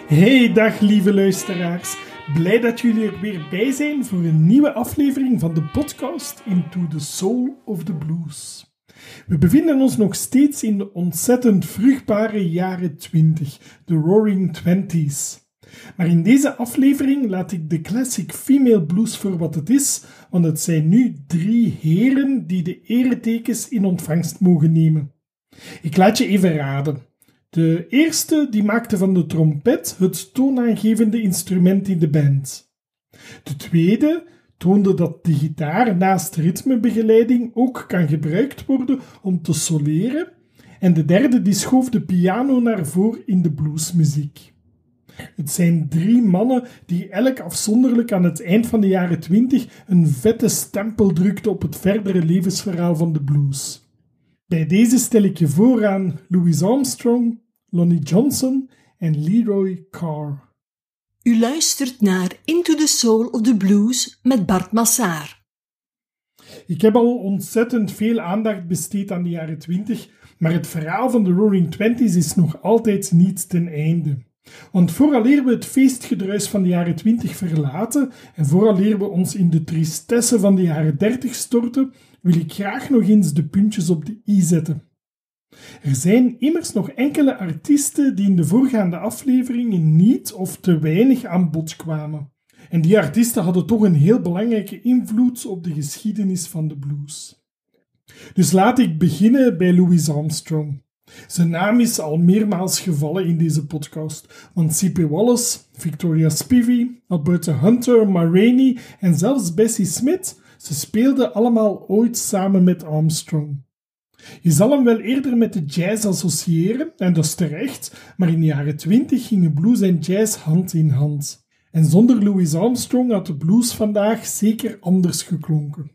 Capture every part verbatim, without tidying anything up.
Hey, dag lieve luisteraars. Blij dat jullie er weer bij zijn voor een nieuwe aflevering van de podcast Into the Soul of the Blues. We bevinden ons nog steeds in de ontzettend vruchtbare jaren twintig, de Roaring Twenties. Maar in deze aflevering laat ik de classic female blues voor wat het is, want het zijn nu drie heren die de eretekens in ontvangst mogen nemen. Ik laat je even raden. De eerste die maakte van de trompet het toonaangevende instrument in de band. De tweede toonde dat de gitaar naast ritmebegeleiding ook kan gebruikt worden om te soleren. En de derde die schoof de piano naar voren in de bluesmuziek. Het zijn drie mannen die elk afzonderlijk aan het eind van de jaren twintig een vette stempel drukten op het verdere levensverhaal van de blues. Bij deze stel ik je voor aan Louis Armstrong, Lonnie Johnson en Leroy Carr. U luistert naar Into the Soul of the Blues met Bart Massaar. Ik heb al ontzettend veel aandacht besteed aan de jaren twintig, maar het verhaal van de Roaring Twenties is nog altijd niet ten einde. Want vooraleer we het feestgedruis van de jaren twintig verlaten en vooraleer we ons in de tristesse van de jaren dertig storten, wil ik graag nog eens de puntjes op de i zetten. Er zijn immers nog enkele artiesten die in de voorgaande afleveringen niet of te weinig aan bod kwamen. En die artiesten hadden toch een heel belangrijke invloed op de geschiedenis van de blues. Dus laat ik beginnen bij Louis Armstrong. Zijn naam is al meermaals gevallen in deze podcast, want C P Wallace, Victoria Spivey, Alberta Hunter, Ma Rainey en zelfs Bessie Smith, ze speelden allemaal ooit samen met Armstrong. Je zal hem wel eerder met de jazz associëren, en dat is terecht, maar in de jaren twintig gingen blues en jazz hand in hand. En zonder Louis Armstrong had de blues vandaag zeker anders geklonken.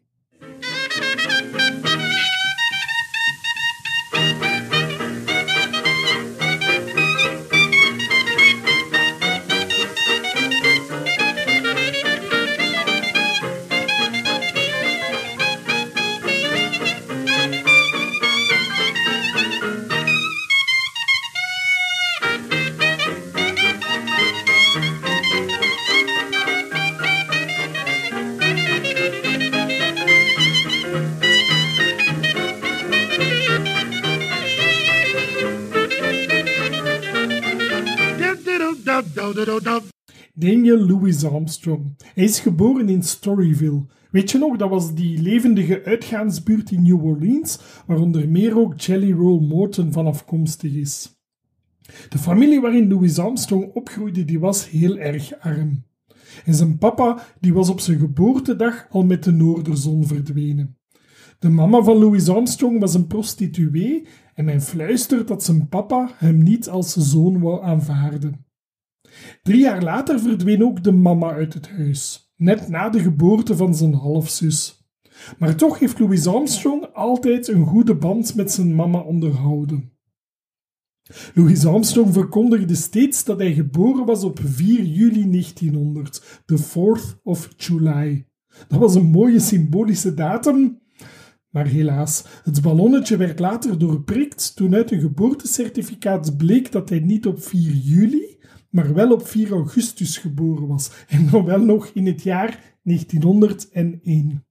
Daniel Louis Armstrong. Hij is geboren in Storyville. Weet je nog, dat was die levendige uitgaansbuurt in New Orleans, waar onder meer ook Jelly Roll Morton van afkomstig is. De familie waarin Louis Armstrong opgroeide, die was heel erg arm. En zijn papa, die was op zijn geboortedag al met de noorderzon verdwenen. De mama van Louis Armstrong was een prostituee en men fluistert dat zijn papa hem niet als zoon wou aanvaarden. Drie jaar later verdween ook de mama uit het huis, net na de geboorte van zijn halfzus. Maar toch heeft Louis Armstrong altijd een goede band met zijn mama onderhouden. Louis Armstrong verkondigde steeds dat hij geboren was op vier juli negentienhonderd, de fourth of July. Dat was een mooie symbolische datum, maar helaas, het ballonnetje werd later doorprikt toen uit een geboortecertificaat bleek dat hij niet op vier juli, maar wel op vier augustus geboren was, en dan wel nog in het jaar negentienhonderdéén.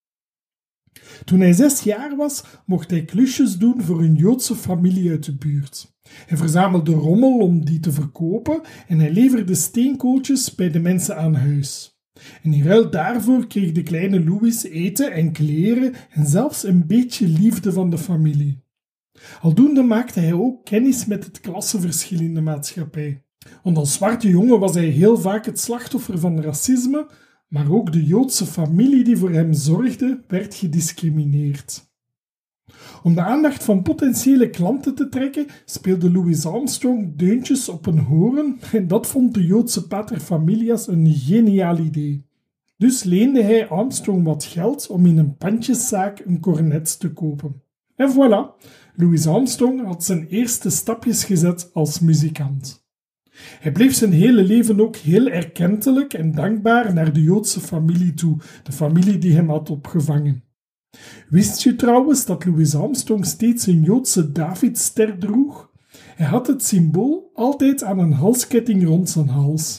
Toen hij zes jaar was, mocht hij klusjes doen voor een Joodse familie uit de buurt. Hij verzamelde rommel om die te verkopen en hij leverde steenkooltjes bij de mensen aan huis. En in ruil daarvoor kreeg de kleine Louis eten en kleren en zelfs een beetje liefde van de familie. Aldoende maakte hij ook kennis met het klassenverschil in de maatschappij. Want als zwarte jongen was hij heel vaak het slachtoffer van racisme, maar ook de Joodse familie die voor hem zorgde, werd gediscrimineerd. Om de aandacht van potentiële klanten te trekken, speelde Louis Armstrong deuntjes op een horen en dat vond de Joodse paterfamilias een geniaal idee. Dus leende hij Armstrong wat geld om in een pandjeszaak een cornet te kopen. En voilà, Louis Armstrong had zijn eerste stapjes gezet als muzikant. Hij bleef zijn hele leven ook heel erkentelijk en dankbaar naar de Joodse familie toe, de familie die hem had opgevangen. Wist je trouwens dat Louis Armstrong steeds een Joodse Davidster droeg? Hij had het symbool altijd aan een halsketting rond zijn hals.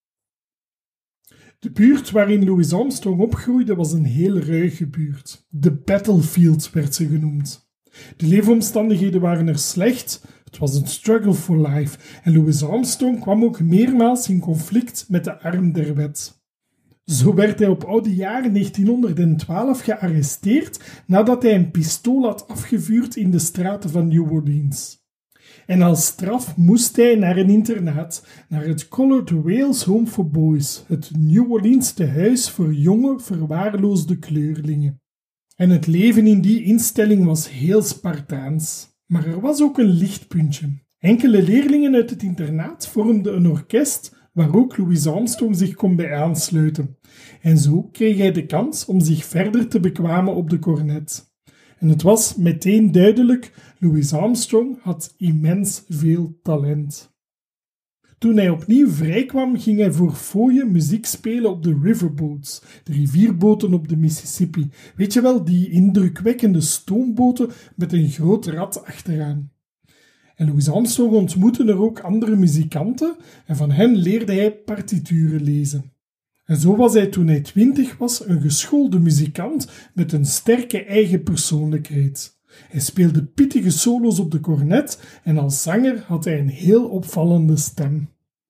De buurt waarin Louis Armstrong opgroeide was een heel ruige buurt. De Battlefield werd ze genoemd. De leefomstandigheden waren er slecht, het was een struggle for life en Louis Armstrong kwam ook meermaals in conflict met de arm der wet. Zo werd hij op oude jaren negentienhonderdtwaalf gearresteerd nadat hij een pistool had afgevuurd in de straten van New Orleans. En als straf moest hij naar een internaat, naar het Colored Wales Home for Boys, het New Orleans tehuis voor jonge, verwaarloosde kleurlingen. En het leven in die instelling was heel Spartaans. Maar er was ook een lichtpuntje. Enkele leerlingen uit het internaat vormden een orkest waar ook Louis Armstrong zich kon bij aansluiten. En zo kreeg hij de kans om zich verder te bekwamen op de cornet. En het was meteen duidelijk, Louis Armstrong had immens veel talent. Toen hij opnieuw vrijkwam, ging hij voor fooie muziek spelen op de riverboats, de rivierboten op de Mississippi. Weet je wel, die indrukwekkende stoomboten met een groot rad achteraan. En Louis Armstrong ontmoette er ook andere muzikanten en van hen leerde hij partituren lezen. En zo was hij toen hij twintig was een geschoolde muzikant met een sterke eigen persoonlijkheid. Hij speelde pittige solo's op de cornet en als zanger had hij een heel opvallende stem.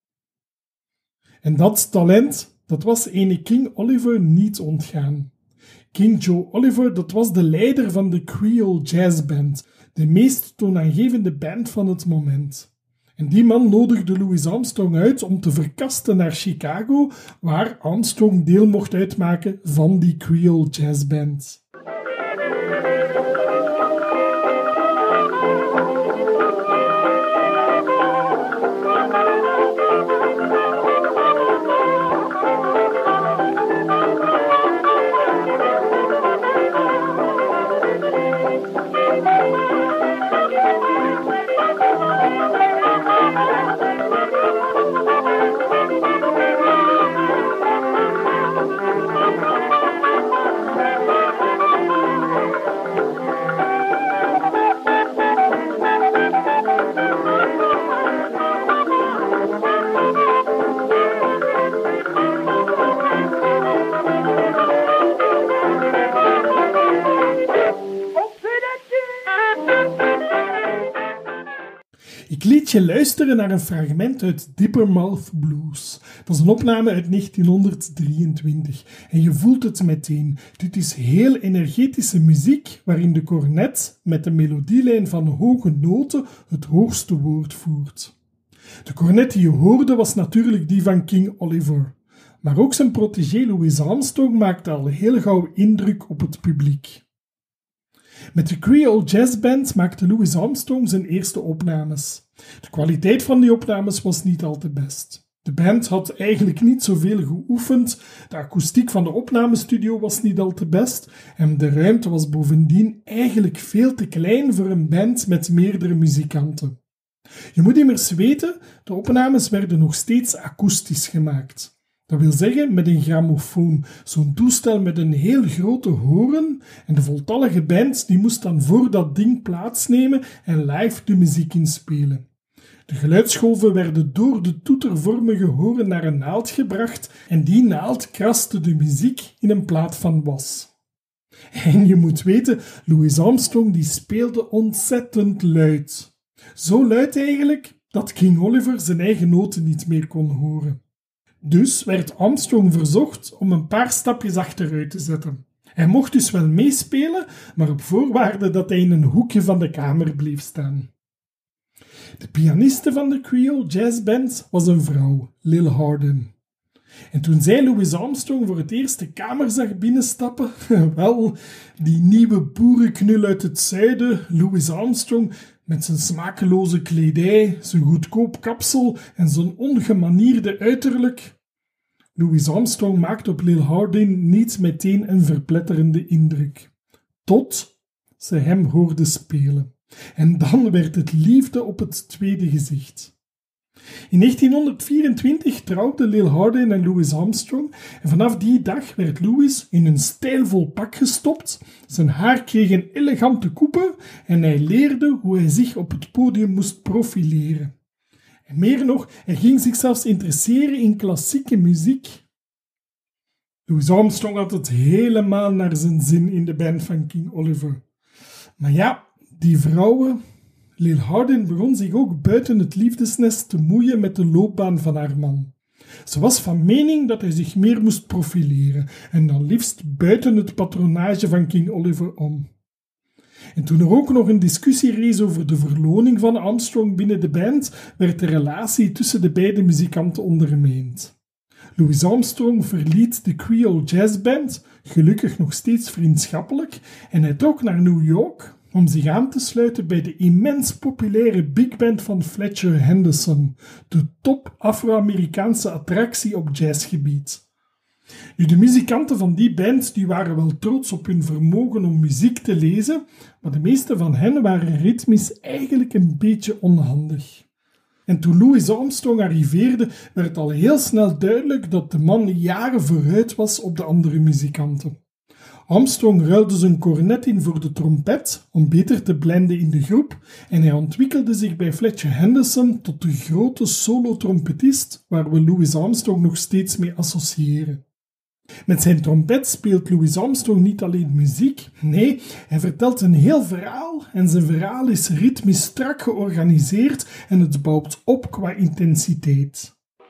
En dat talent, dat was ene King Oliver niet ontgaan. King Joe Oliver, dat was de leider van de Creole Jazz Band, de meest toonaangevende band van het moment. En die man nodigde Louis Armstrong uit om te verkasten naar Chicago, waar Armstrong deel mocht uitmaken van die Creole Jazz Band. Ik liet je luisteren naar een fragment uit Dippermouth Blues. Dat is een opname uit negentienhonderddrieëntwintig. En je voelt het meteen. Dit is heel energetische muziek waarin de cornet met de melodielijn van hoge noten het hoogste woord voert. De cornet die je hoorde was natuurlijk die van King Oliver. Maar ook zijn protégé Louis Armstrong maakte al heel gauw indruk op het publiek. Met de Creole Jazz Band maakte Louis Armstrong zijn eerste opnames. De kwaliteit van die opnames was niet al te best. De band had eigenlijk niet zoveel geoefend, de akoestiek van de opnamestudio was niet al te best en de ruimte was bovendien eigenlijk veel te klein voor een band met meerdere muzikanten. Je moet immers weten, de opnames werden nog steeds akoestisch gemaakt. Dat wil zeggen met een grammofoon, zo'n toestel met een heel grote hoorn en de voltallige band die moest dan voor dat ding plaatsnemen en live de muziek inspelen. De geluidsgolven werden door de toetervormige hoorn naar een naald gebracht en die naald kraste de muziek in een plaat van was. En je moet weten, Louis Armstrong die speelde ontzettend luid. Zo luid eigenlijk dat King Oliver zijn eigen noten niet meer kon horen. Dus werd Armstrong verzocht om een paar stapjes achteruit te zetten. Hij mocht dus wel meespelen, maar op voorwaarde dat hij in een hoekje van de kamer bleef staan. De pianiste van de Creole Jazz Band was een vrouw, Lil Hardin. En toen zij Louis Armstrong voor het eerst de kamer zag binnenstappen, wel, die nieuwe boerenknul uit het zuiden, Louis Armstrong, met zijn smakeloze kledij, zijn goedkoop kapsel en zijn ongemanierde uiterlijk. Louis Armstrong maakte op Lil Hardin niet meteen een verpletterende indruk. Tot ze hem hoorde spelen. En dan werd het liefde op het tweede gezicht. In negentienhonderdvierentwintig trouwden Lil Hardin en Louis Armstrong en vanaf die dag werd Louis in een stijlvol pak gestopt, zijn haar kreeg een elegante coupe en hij leerde hoe hij zich op het podium moest profileren. En meer nog, hij ging zich zelfs interesseren in klassieke muziek. Louis Armstrong had het helemaal naar zijn zin in de band van King Oliver. Maar ja, die vrouwen... Lil Hardin begon zich ook buiten het liefdesnest te moeien met de loopbaan van haar man. Ze was van mening dat hij zich meer moest profileren en dan liefst buiten het patronage van King Oliver om. En toen er ook nog een discussie rees over de verloning van Armstrong binnen de band, werd de relatie tussen de beide muzikanten ondermijnd. Louis Armstrong verliet de Creole Jazz Band, gelukkig nog steeds vriendschappelijk, en hij trok naar New York om zich aan te sluiten bij de immens populaire big band van Fletcher Henderson, de top Afro-Amerikaanse attractie op jazzgebied. Nu, de muzikanten van die band die waren wel trots op hun vermogen om muziek te lezen, maar de meeste van hen waren ritmisch eigenlijk een beetje onhandig. En toen Louis Armstrong arriveerde, werd al heel snel duidelijk dat de man jaren vooruit was op de andere muzikanten. Armstrong ruilde zijn cornet in voor de trompet om beter te blenden in de groep en hij ontwikkelde zich bij Fletcher Henderson tot de grote solo-trompetist waar we Louis Armstrong nog steeds mee associëren. Met zijn trompet speelt Louis Armstrong niet alleen muziek, nee, hij vertelt een heel verhaal en zijn verhaal is ritmisch strak georganiseerd en het bouwt op qua intensiteit.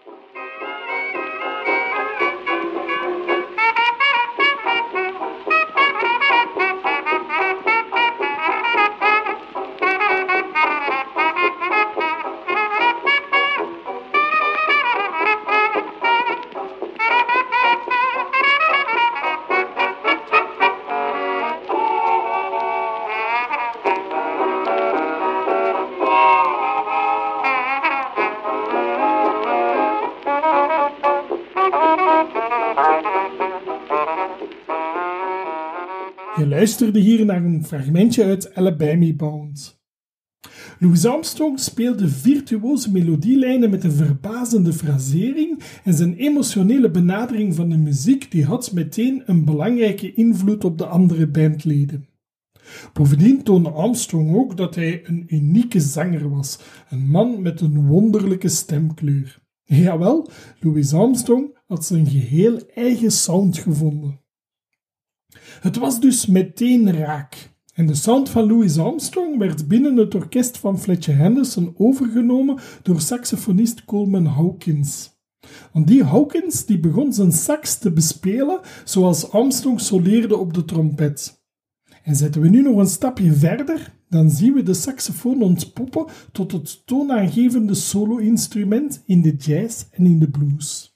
Je luisterde hier naar een fragmentje uit Alabama Bound. Louis Armstrong speelde virtuose melodielijnen met een verbazende frasering en zijn emotionele benadering van de muziek die had meteen een belangrijke invloed op de andere bandleden. Bovendien toonde Armstrong ook dat hij een unieke zanger was, een man met een wonderlijke stemkleur. Jawel, Louis Armstrong had zijn geheel eigen sound gevonden. Het was dus meteen raak. En de sound van Louis Armstrong werd binnen het orkest van Fletcher Henderson overgenomen door saxofonist Coleman Hawkins. Want die Hawkins die begon zijn sax te bespelen zoals Armstrong soleerde op de trompet. En zetten we nu nog een stapje verder, dan zien we de saxofoon ontpoppen tot het toonaangevende solo-instrument in de jazz en in de blues.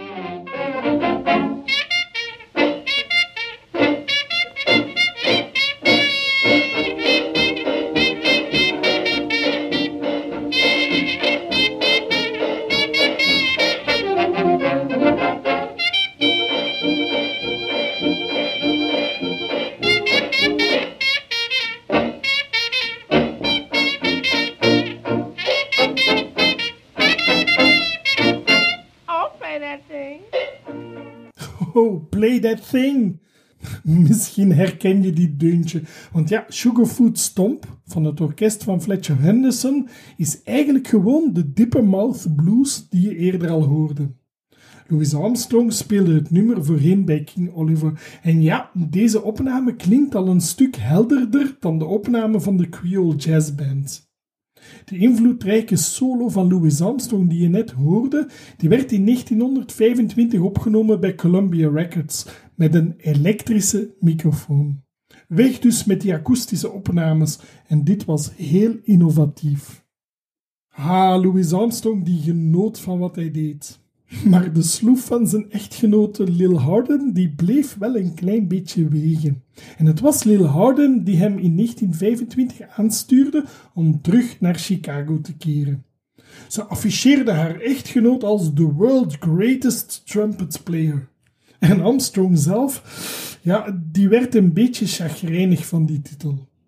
Oh, play that thing. Misschien herken je die deuntje. Want ja, Sugarfoot Stomp van het orkest van Fletcher Henderson is eigenlijk gewoon de Dippermouth Blues die je eerder al hoorde. Louis Armstrong speelde het nummer voorheen bij King Oliver. En ja, deze opname klinkt al een stuk helderder dan de opname van de Creole Jazz Band. De invloedrijke solo van Louis Armstrong die je net hoorde, die werd in negentienhonderdvijfentwintig opgenomen bij Columbia Records met een elektrische microfoon. Weg dus met die akoestische opnames en dit was heel innovatief. Ah, Louis Armstrong die genoot van wat hij deed. Maar de sloef van zijn echtgenote Lil Hardin die bleef wel een klein beetje wegen. En het was Lil Hardin die hem in negentien vijfentwintig aanstuurde om terug naar Chicago te keren. Ze afficheerde haar echtgenoot als the world's greatest trumpet player. En Armstrong zelf, ja, die werd een beetje chagrijnig van die titel.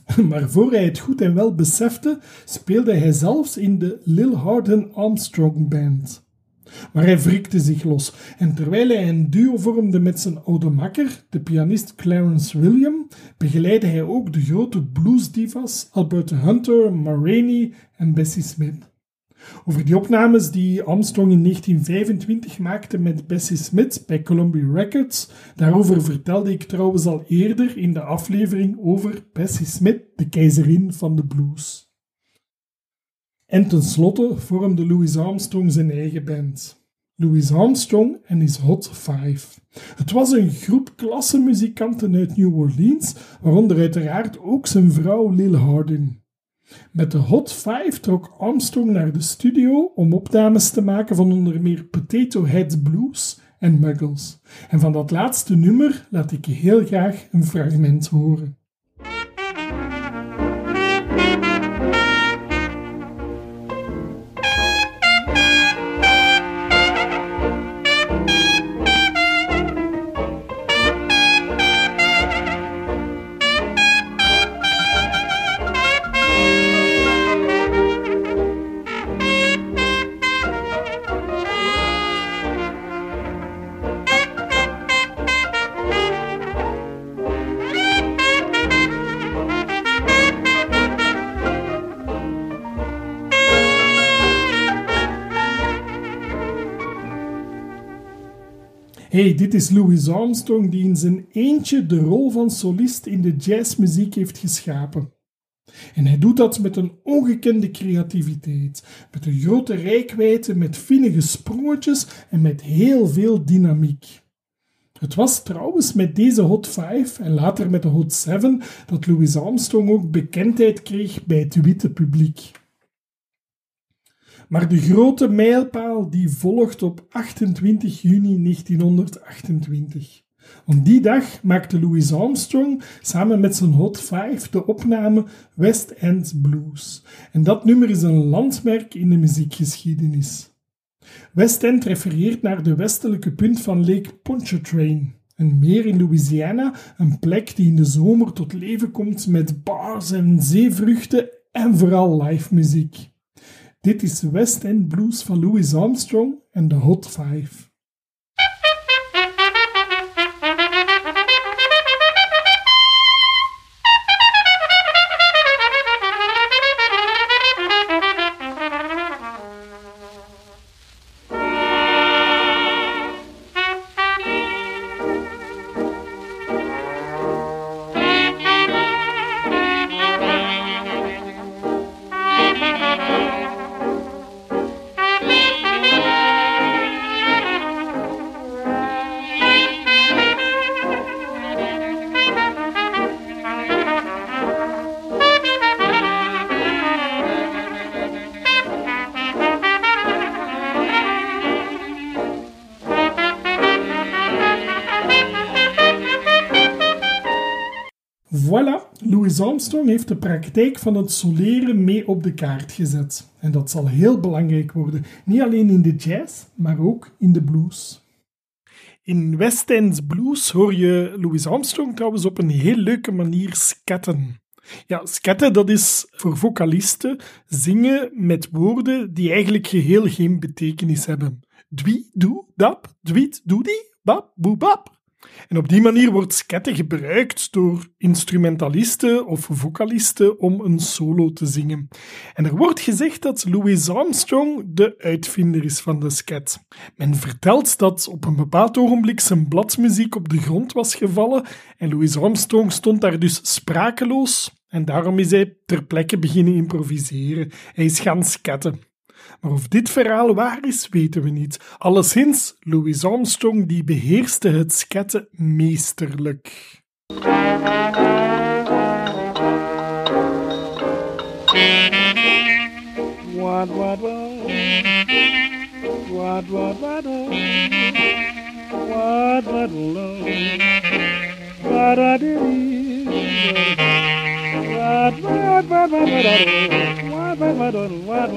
Maar voor hij het goed en wel besefte, speelde hij zelfs in de Lil Hardin Armstrong Band. Maar hij wrikte zich los en terwijl hij een duo vormde met zijn oude makker, de pianist Clarence William, begeleidde hij ook de grote bluesdivas Alberta Hunter, Ma Rainey en Bessie Smith. Over die opnames die Armstrong in negentien vijfentwintig maakte met Bessie Smith bij Columbia Records, daarover vertelde ik trouwens al eerder in de aflevering over Bessie Smith, de keizerin van de blues. En tenslotte vormde Louis Armstrong zijn eigen band. Louis Armstrong en his Hot Five. Het was een groep klassemuzikanten uit New Orleans, waaronder uiteraard ook zijn vrouw Lil Hardin. Met de Hot Five trok Armstrong naar de studio om opnames te maken van onder meer Potato Head Blues en Muggles. En van dat laatste nummer laat ik je heel graag een fragment horen. Hey, dit is Louis Armstrong die in zijn eentje de rol van solist in de jazzmuziek heeft geschapen. En hij doet dat met een ongekende creativiteit, met een grote reikwijdte, met vinnige sprongetjes en met heel veel dynamiek. Het was trouwens met deze Hot Five en later met de Hot Seven dat Louis Armstrong ook bekendheid kreeg bij het witte publiek. Maar de grote mijlpaal die volgt op achtentwintig juni negentienhonderdachtentwintig. Op die dag maakte Louis Armstrong samen met zijn Hot Five de opname West End Blues. En dat nummer is een landmerk in de muziekgeschiedenis. West End refereert naar de westelijke punt van Lake Pontchartrain, een meer in Louisiana, een plek die in de zomer tot leven komt met bars en zeevruchten en vooral live muziek. Dit is West End Blues van Louis Armstrong en de Hot Five. Voilà, Louis Armstrong heeft de praktijk van het soleren mee op de kaart gezet. En dat zal heel belangrijk worden, niet alleen in de jazz, maar ook in de blues. In West End Blues hoor je Louis Armstrong trouwens op een heel leuke manier scatten. Ja, scatten, dat is voor vocalisten zingen met woorden die eigenlijk geheel geen betekenis hebben. Dwie, doe, dap, dwiet, doedi, bap, boe, bap. En op die manier wordt scatten gebruikt door instrumentalisten of vocalisten om een solo te zingen. En er wordt gezegd dat Louis Armstrong de uitvinder is van de scat. Men vertelt dat op een bepaald ogenblik zijn bladmuziek op de grond was gevallen en Louis Armstrong stond daar dus sprakeloos en daarom is hij ter plekke beginnen improviseren. Hij is gaan scatten. Maar of dit verhaal waar is, weten we niet. Alleszins, Louis Armstrong die beheerste het scatten meesterlijk. What, what, what? What, what, what? What, what, love? What, what, what, what, what, what, what, what, what,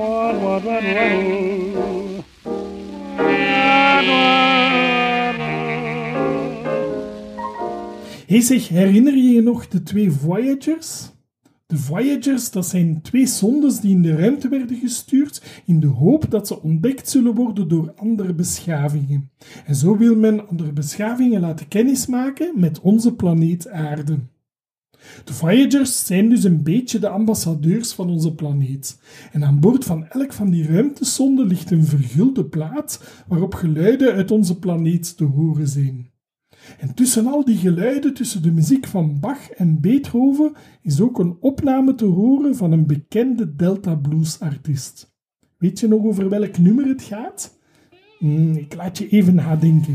Hey zeg, herinner je je nog de twee Voyagers? De Voyagers, dat zijn twee sondes die in de ruimte werden gestuurd in de hoop dat ze ontdekt zullen worden door andere beschavingen. En zo wil men andere beschavingen laten kennismaken met onze planeet Aarde. De Voyagers zijn dus een beetje de ambassadeurs van onze planeet. En aan boord van elk van die ruimtesonden ligt een vergulde plaat waarop geluiden uit onze planeet te horen zijn. En tussen al die geluiden, tussen de muziek van Bach en Beethoven, is ook een opname te horen van een bekende Delta Blues artiest. Weet je nog over welk nummer het gaat? Hmm, ik laat je even nadenken.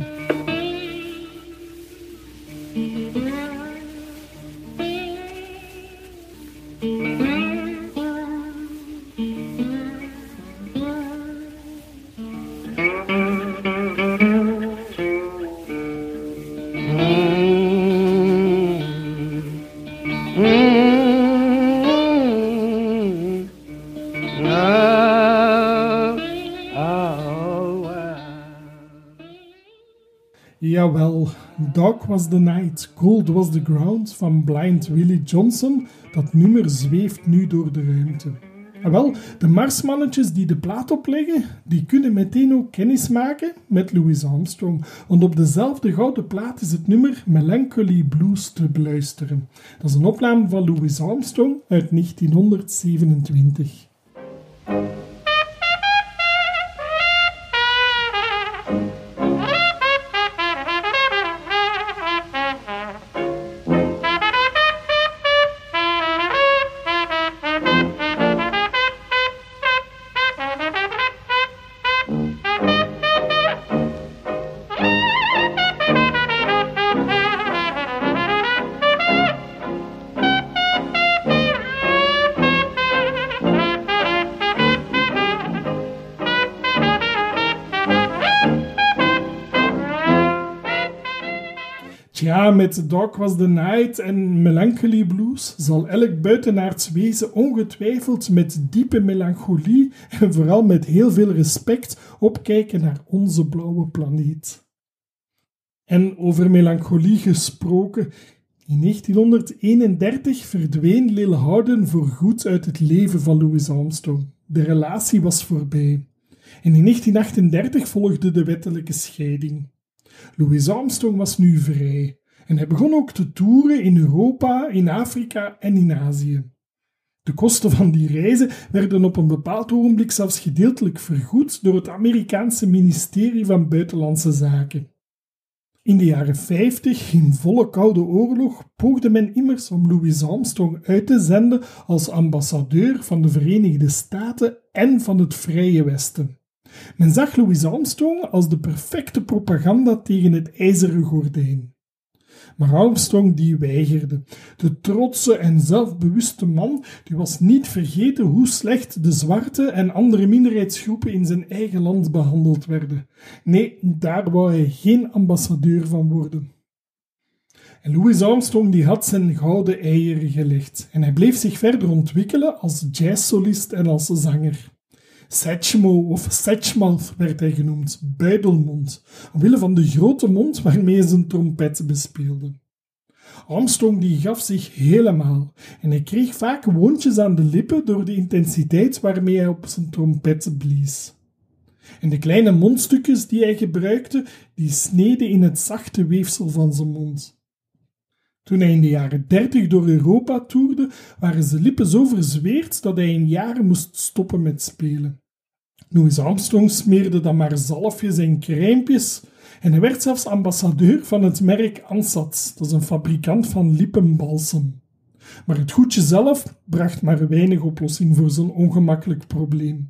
Jawel, Dark Was the Night, Cold Was the Ground van Blind Willie Johnson, dat nummer zweeft nu door de ruimte. En wel, de Marsmannetjes die de plaat opleggen, die kunnen meteen ook kennis maken met Louis Armstrong, want op dezelfde gouden plaat is het nummer Melancholy Blues te beluisteren. Dat is een opname van Louis Armstrong uit negentienhonderdzevenentwintig. Ja, met Dark Was the Night en Melancholy Blues zal elk buitenaards wezen ongetwijfeld met diepe melancholie en vooral met heel veel respect opkijken naar onze blauwe planeet. En over melancholie gesproken, in negentienhonderdeenendertig verdween Lil Howden voorgoed uit het leven van Louis Armstrong. De relatie was voorbij. En in negentien achtendertig volgde de wettelijke scheiding. Louis Armstrong was nu vrij en hij begon ook te toeren in Europa, in Afrika en in Azië. De kosten van die reizen werden op een bepaald ogenblik zelfs gedeeltelijk vergoed door het Amerikaanse ministerie van Buitenlandse Zaken. In de jaren vijftig, in volle Koude Oorlog, poogde men immers om Louis Armstrong uit te zenden als ambassadeur van de Verenigde Staten en van het Vrije Westen. Men zag Louis Armstrong als de perfecte propaganda tegen het ijzeren gordijn. Maar Armstrong die weigerde. De trotse en zelfbewuste man die was niet vergeten hoe slecht de zwarte en andere minderheidsgroepen in zijn eigen land behandeld werden. Nee, daar wou hij geen ambassadeur van worden. En Louis Armstrong die had zijn gouden eieren gelegd en hij bleef zich verder ontwikkelen als jazzsolist en als zanger. Satchmo of Satchmouth werd hij genoemd, buidelmond, omwille van de grote mond waarmee hij zijn trompet bespeelde. Armstrong die gaf zich helemaal en hij kreeg vaak wondjes aan de lippen door de intensiteit waarmee hij op zijn trompet blies. En de kleine mondstukjes die hij gebruikte, die sneden in het zachte weefsel van zijn mond. Toen hij in de jaren dertig door Europa toerde, waren zijn lippen zo verzweerd dat hij in jaren moest stoppen met spelen. Louis Armstrong smeerde dan maar zalfjes en crèmpjes en hij werd zelfs ambassadeur van het merk Ansatz, dat is een fabrikant van lippenbalsem. Maar het goedje zelf bracht maar weinig oplossing voor zijn ongemakkelijk probleem.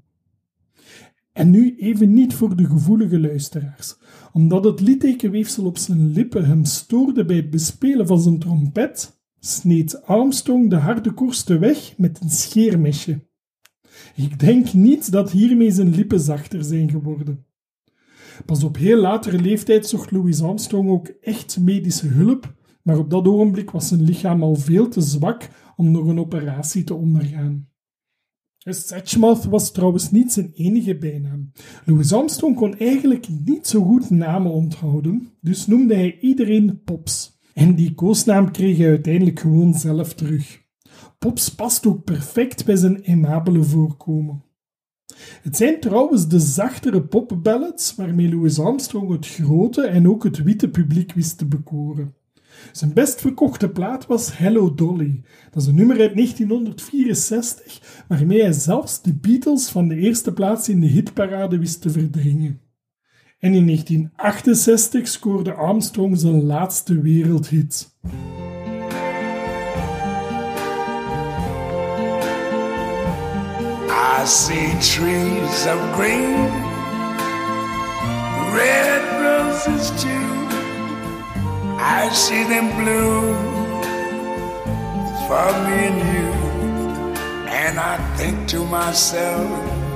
En nu even niet voor de gevoelige luisteraars. Omdat het littekenweefsel op zijn lippen hem stoorde bij het bespelen van zijn trompet, sneed Armstrong de harde korsten weg met een scheermesje. Ik denk niet dat hiermee zijn lippen zachter zijn geworden. Pas op heel latere leeftijd zocht Louis Armstrong ook echt medische hulp, maar op dat ogenblik was zijn lichaam al veel te zwak om nog een operatie te ondergaan. Satchmouth was trouwens niet zijn enige bijnaam. Louis Armstrong kon eigenlijk niet zo goed namen onthouden, dus noemde hij iedereen Pops. En die koosnaam kreeg hij uiteindelijk gewoon zelf terug. Pops past ook perfect bij zijn aimabele voorkomen. Het zijn trouwens de zachtere popballads waarmee Louis Armstrong het grote en ook het witte publiek wist te bekoren. Zijn best verkochte plaat was Hello Dolly. Dat is een nummer uit negentien vierenzestig, waarmee hij zelfs de Beatles van de eerste plaats in de hitparade wist te verdringen. En in negentien achtenzestig scoorde Armstrong zijn laatste wereldhit. I see trees of green, red roses too. I see them bloom for me and you. And I think to myself,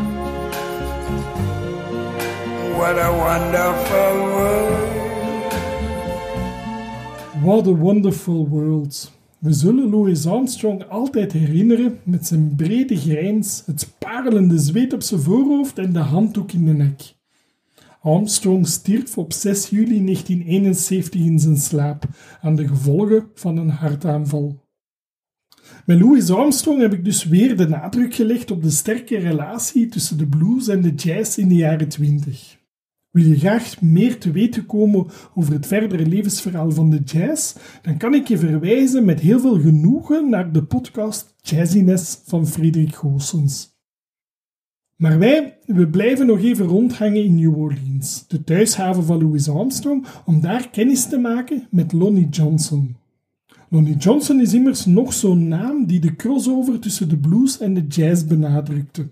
what a wonderful world. What a wonderful world. We zullen Louis Armstrong altijd herinneren met zijn brede grijns, het parelende zweet op zijn voorhoofd en de handdoek in de nek. Armstrong stierf op zes juli negentien eenenzeventig in zijn slaap aan de gevolgen van een hartaanval. Met Louis Armstrong heb ik dus weer de nadruk gelegd op de sterke relatie tussen de blues en de jazz in de jaren twintig. Wil je graag meer te weten komen over het verdere levensverhaal van de jazz, dan kan ik je verwijzen met heel veel genoegen naar de podcast Jazziness van Frederik Goossens. Maar wij, we blijven nog even rondhangen in New Orleans, de thuishaven van Louis Armstrong, om daar kennis te maken met Lonnie Johnson. Lonnie Johnson is immers nog zo'n naam die de crossover tussen de blues en de jazz benadrukte.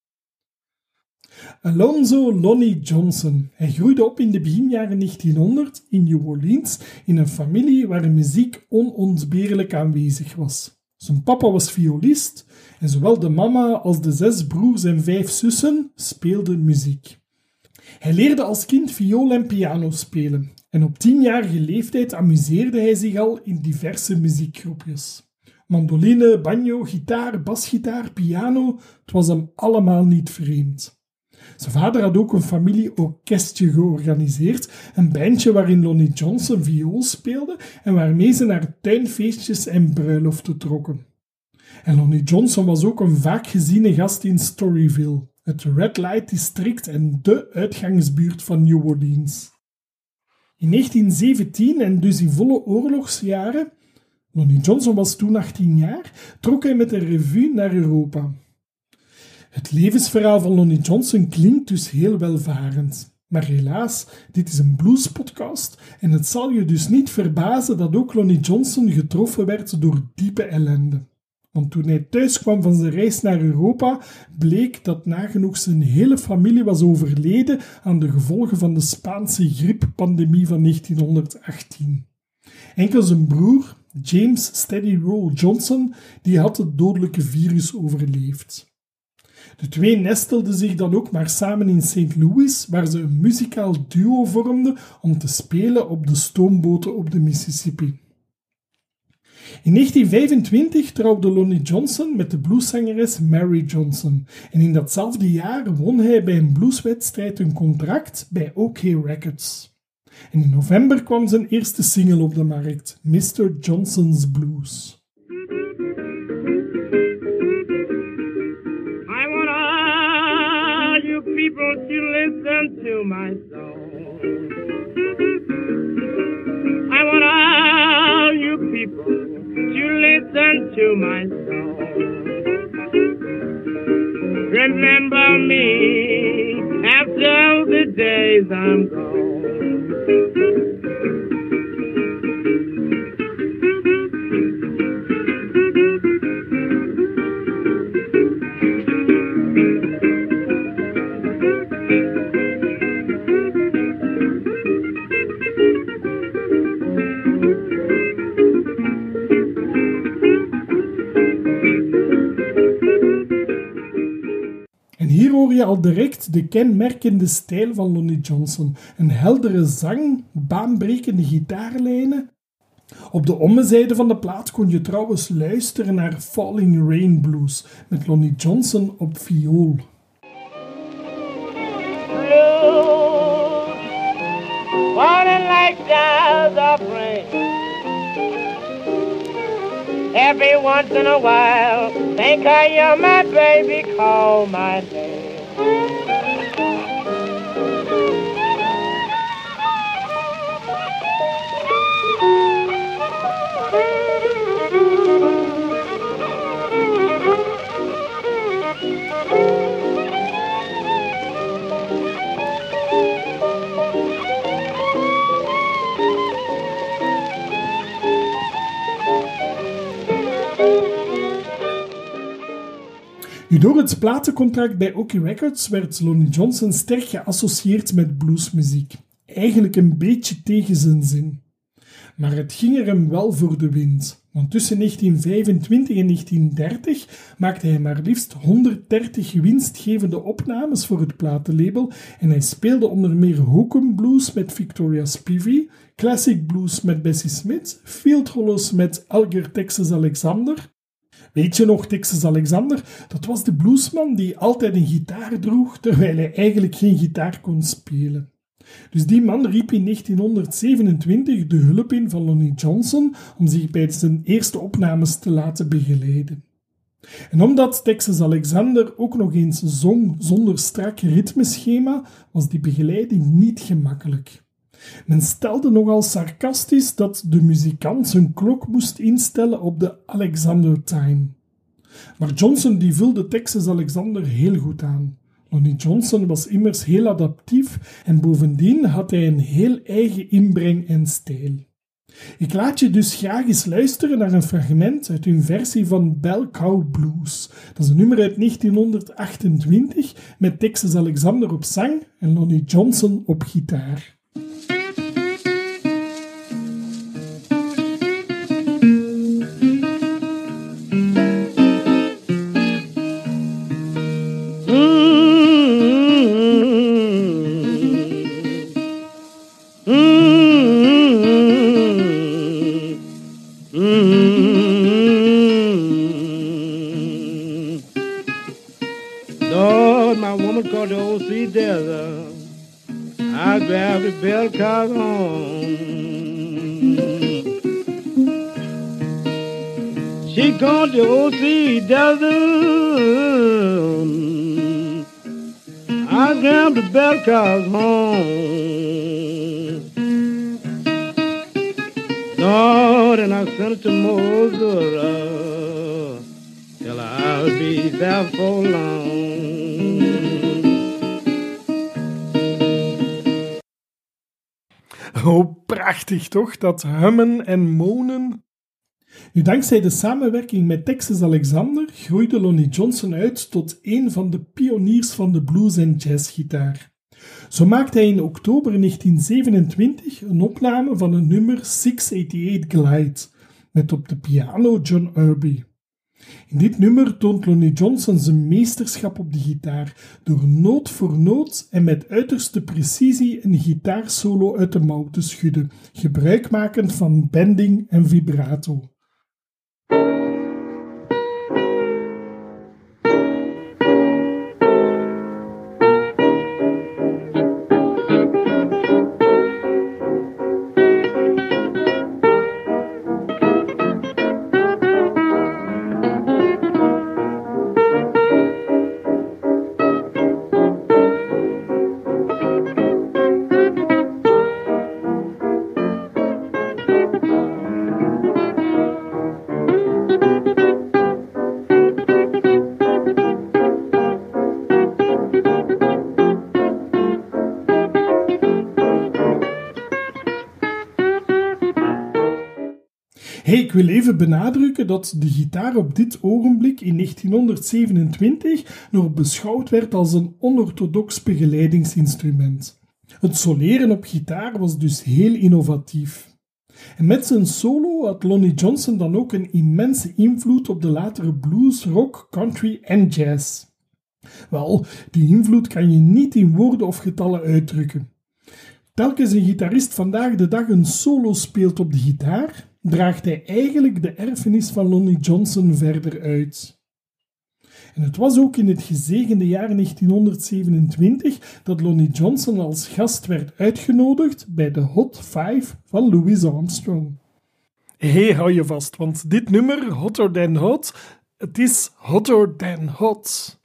Alonzo Lonnie Johnson. Hij groeide op in de beginjaren negentienhonderd in New Orleans in een familie waar muziek onontbeerlijk aanwezig was. Zijn papa was violist en zowel de mama als de zes broers en vijf zussen speelden muziek. Hij leerde als kind viool en piano spelen en op tienjarige leeftijd amuseerde hij zich al in diverse muziekgroepjes. Mandoline, banjo, gitaar, basgitaar, piano, het was hem allemaal niet vreemd. Zijn vader had ook een familieorkestje georganiseerd, een bandje waarin Lonnie Johnson viool speelde en waarmee ze naar tuinfeestjes en bruiloften trokken. En Lonnie Johnson was ook een vaak geziene gast in Storyville, het Red Light District en de uitgangsbuurt van New Orleans. In negentien zeventien, en dus in volle oorlogsjaren, Lonnie Johnson was toen achttien jaar, trok hij met een revue naar Europa. Het levensverhaal van Lonnie Johnson klinkt dus heel welvarend. Maar helaas, dit is een bluespodcast en het zal je dus niet verbazen dat ook Lonnie Johnson getroffen werd door diepe ellende. Want toen hij thuis kwam van zijn reis naar Europa, bleek dat nagenoeg zijn hele familie was overleden aan de gevolgen van de Spaanse grieppandemie van negentienhonderdachttien. Enkel zijn broer, James Steady Roll Johnson, die had het dodelijke virus overleefd. De twee nestelden zich dan ook maar samen in Saint Louis, waar ze een muzikaal duo vormden om te spelen op de stoomboten op de Mississippi. In negentien vijfentwintig trouwde Lonnie Johnson met de blueszangeres Mary Johnson en in datzelfde jaar won hij bij een blueswedstrijd een contract bij O K Records. En in november kwam zijn eerste single op de markt, mister Johnson's Blues. People to listen to my song. I want all you people to listen to my song. Remember me after the days I'm gone. Hier hoor je al direct de kenmerkende stijl van Lonnie Johnson. Een heldere zang, baanbrekende gitaarlijnen Op de ommezijde van de plaat kon je trouwens luisteren naar Falling Rain Blues met Lonnie Johnson op viool. Blues, falling like showers of rain. Every once in a while, think I am my baby, call my name. Nu, door het platencontract bij Okeh Records werd Lonnie Johnson sterk geassocieerd met bluesmuziek. Eigenlijk een beetje tegen zijn zin. Maar het ging er hem wel voor de wind. Want tussen negentien vijfentwintig en negentien dertig maakte hij maar liefst honderddertig winstgevende opnames voor het platenlabel en hij speelde onder meer Hokum Blues met Victoria Spivey, Classic Blues met Bessie Smith, Field Hollows met Alger Texas Alexander. Weet je nog, Texas Alexander? Dat was de bluesman die altijd een gitaar droeg, terwijl hij eigenlijk geen gitaar kon spelen. Dus die man riep in negentienhonderdzevenentwintig de hulp in van Lonnie Johnson om zich bij zijn eerste opnames te laten begeleiden. En omdat Texas Alexander ook nog eens zong zonder strak ritmeschema, was die begeleiding niet gemakkelijk. Men stelde nogal sarcastisch dat de muzikant zijn klok moest instellen op de Alexander Time. Maar Johnson die vulde Texas Alexander heel goed aan. Lonnie Johnson was immers heel adaptief en bovendien had hij een heel eigen inbreng en stijl. Ik laat je dus graag eens luisteren naar een fragment uit hun versie van Bell Cow Blues. Dat is een nummer uit negentienhonderdachtentwintig met Texas Alexander op zang en Lonnie Johnson op gitaar. Lord, my woman called the O C Desert. I grabbed the bell cow home. She gone to O C Desert. I grabbed the bell cows home. Lord, and I sent it to Missouri. Till I'll be there for long. Oh, prachtig toch, dat hummen en monen. Nu, dankzij de samenwerking met Texas Alexander groeide Lonnie Johnson uit tot een van de pioniers van de blues- en jazzgitaar. Zo maakte hij in oktober negentien zevenentwintig een opname van een nummer zeshonderdachtennegentig Glide, met op de piano John Irby. In dit nummer toont Lonnie Johnson zijn meesterschap op de gitaar door noot voor noot en met uiterste precisie een gitaarsolo uit de mouw te schudden, gebruikmakend van bending en vibrato. Hey, ik wil even benadrukken dat de gitaar op dit ogenblik in negentienhonderdzevenentwintig nog beschouwd werd als een onorthodox begeleidingsinstrument. Het soleren op gitaar was dus heel innovatief. En met zijn solo had Lonnie Johnson dan ook een immense invloed op de latere blues, rock, country en jazz. Wel, die invloed kan je niet in woorden of getallen uitdrukken. Telkens een gitarist vandaag de dag een solo speelt op de gitaar, draagt hij eigenlijk de erfenis van Lonnie Johnson verder uit. En het was ook in het gezegende jaar negentienhonderdzevenentwintig dat Lonnie Johnson als gast werd uitgenodigd bij de Hot Five van Louis Armstrong. Hé, hey, hou je vast, want dit nummer, Hotter Than Hot, het is Hotter Than Hot.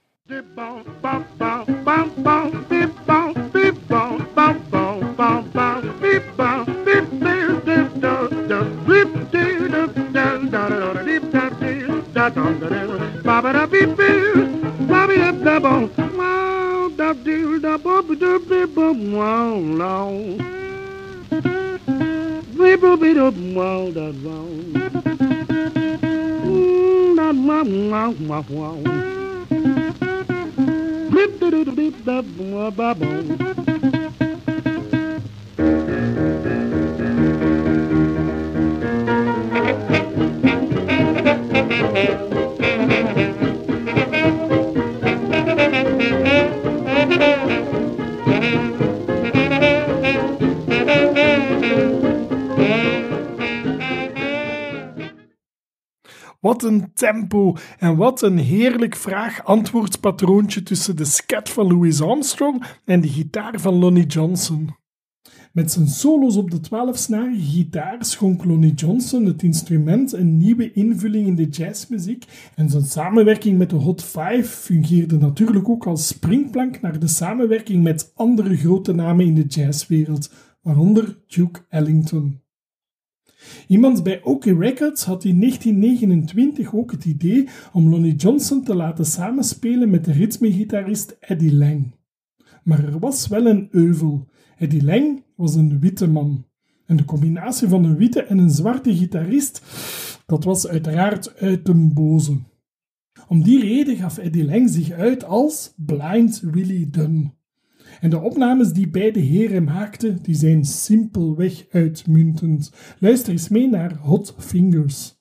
Wat een tempo en wat een heerlijk vraag-antwoordspatroontje tussen de scat van Louis Armstrong en de gitaar van Lonnie Johnson. Met zijn solo's op de twaalfsnarige gitaar schonk Lonnie Johnson het instrument een nieuwe invulling in de jazzmuziek en zijn samenwerking met de Hot Five fungeerde natuurlijk ook als springplank naar de samenwerking met andere grote namen in de jazzwereld, waaronder Duke Ellington. Iemand bij OK Records had in negentien negenentwintig ook het idee om Lonnie Johnson te laten samenspelen met de ritmegitarist Eddie Lang. Maar er was wel een euvel. Eddie Lang was een witte man. En de combinatie van een witte en een zwarte gitarist, dat was uiteraard uit den boze. Om die reden gaf Eddie Lang zich uit als Blind Willie Dunn. En de opnames die beide heren maakten, die zijn simpelweg uitmuntend. Luister eens mee naar Hot Fingers.